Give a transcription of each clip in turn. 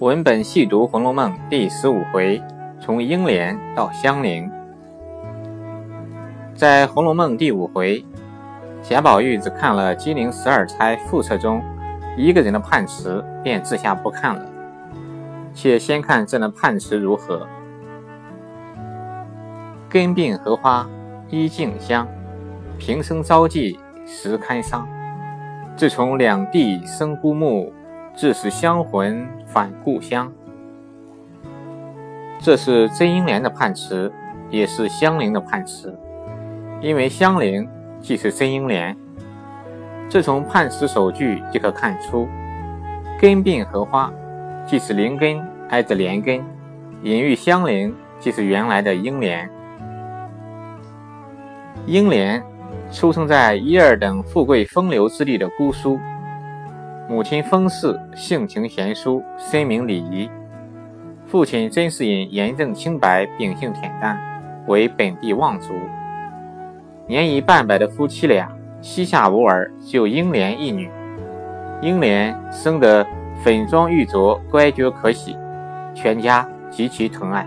文本细读《红楼梦》第15回，从英莲到香菱。在《红楼梦》第5回，贾宝玉只看了金陵12钗附册中一个人的判词，便自下不看了。且先看这人判词如何：根病荷花依径香，平生遭际时堪伤。自从两地生孤木，致使香魂返故乡。这是甄英莲的判词，也是香菱的判词，因为香菱既是甄英莲。这从判词首句即可看出，根病荷花既是灵根挨着莲根，隐喻香菱即是原来的英莲。英莲出生在一二等富贵风流之地的姑苏，母亲封氏性情贤淑，深明礼仪，父亲甄士隐严正清白，秉性恬淡，为本地望族。年已半百的夫妻俩膝下无儿，就英莲一女。英莲生得粉妆玉琢，乖觉可喜，全家极其疼爱。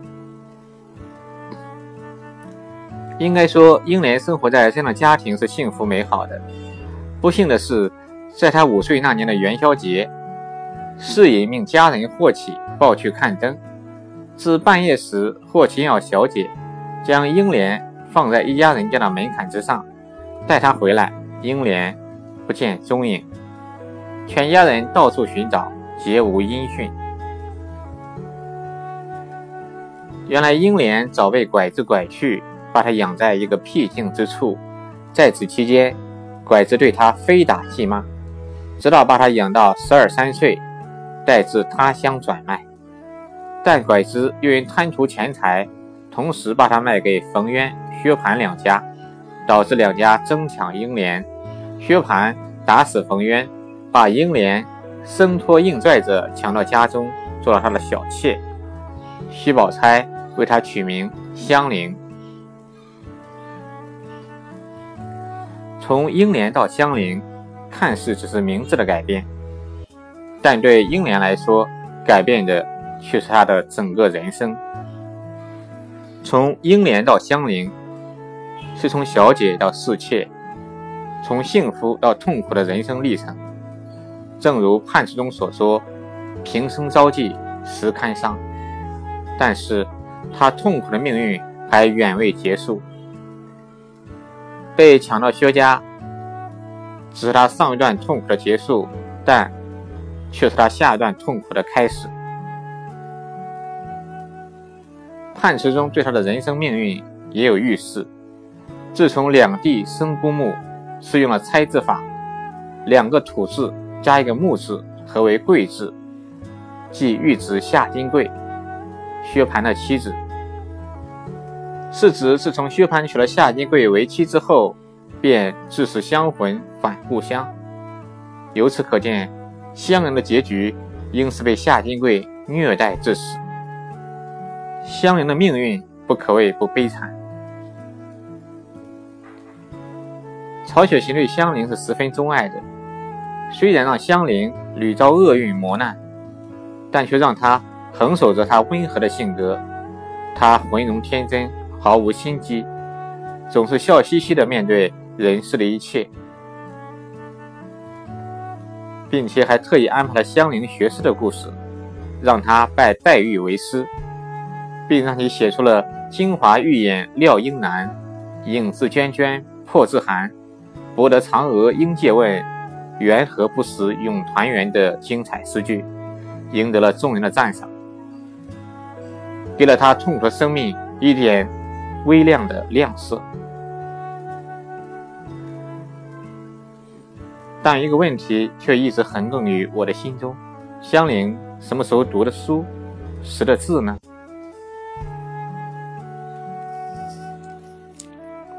应该说，英莲生活在这样的家庭是幸福美好的。不幸的是，在她5岁那年的元宵节，士隐命家人霍启抱去看灯。至半夜时，霍启要小姐将英莲放在一家人家的门槛之上，待她回来，英莲不见踪影，全家人到处寻找，皆无音讯。原来英莲早被拐子拐去，把他养在一个僻静之处，在此期间，拐子对他非打即骂，直到把他养到12、13岁，待至他乡转卖。但拐子又因贪图钱财，同时把他卖给冯渊、薛蟠两家，导致两家争抢英莲。薛蟠打死冯渊，把英莲生拖硬拽着抢到家中，做了他的小妾。薛宝钗为他取名香菱。从英莲到香菱，看似只是名字的改变，但对英莲来说，改变的却是她的整个人生。从英莲到香菱，是从小姐到侍妾，从幸福到痛苦的人生历程。正如判词中所说，平生遭际时堪伤。但是她痛苦的命运还远未结束。被抢到薛家只是他上一段痛苦的结束，但却是他下一段痛苦的开始。判词中对他的人生命运也有预示。自从两地生孤木是用了猜字法，2个土字加一个木字，合为贵字，即喻指夏金桂，薛蟠的妻子，是指自从薛蟠娶了夏金桂为妻之后，便致使香魂返故乡。由此可见，香菱的结局应是被夏金桂虐待致死。香菱的命运不可谓不悲惨。曹雪芹对香菱是十分钟爱的，虽然让香菱屡遭厄运磨难，但却让她恒守着她温和的性格。她浑容天真，毫无心机，总是笑嘻嘻地面对人世的一切，并且还特意安排了香菱学诗的故事，让她拜黛玉为师，并让其写出了京华玉眼料英男，影自娟娟破自寒，博得嫦娥应借问，缘何不识永团圆的精彩诗句，赢得了众人的赞赏，给了他痛苦的生命一点微亮的亮色。但一个问题却一直横亘于我的心中，香菱什么时候读的书，识的字呢？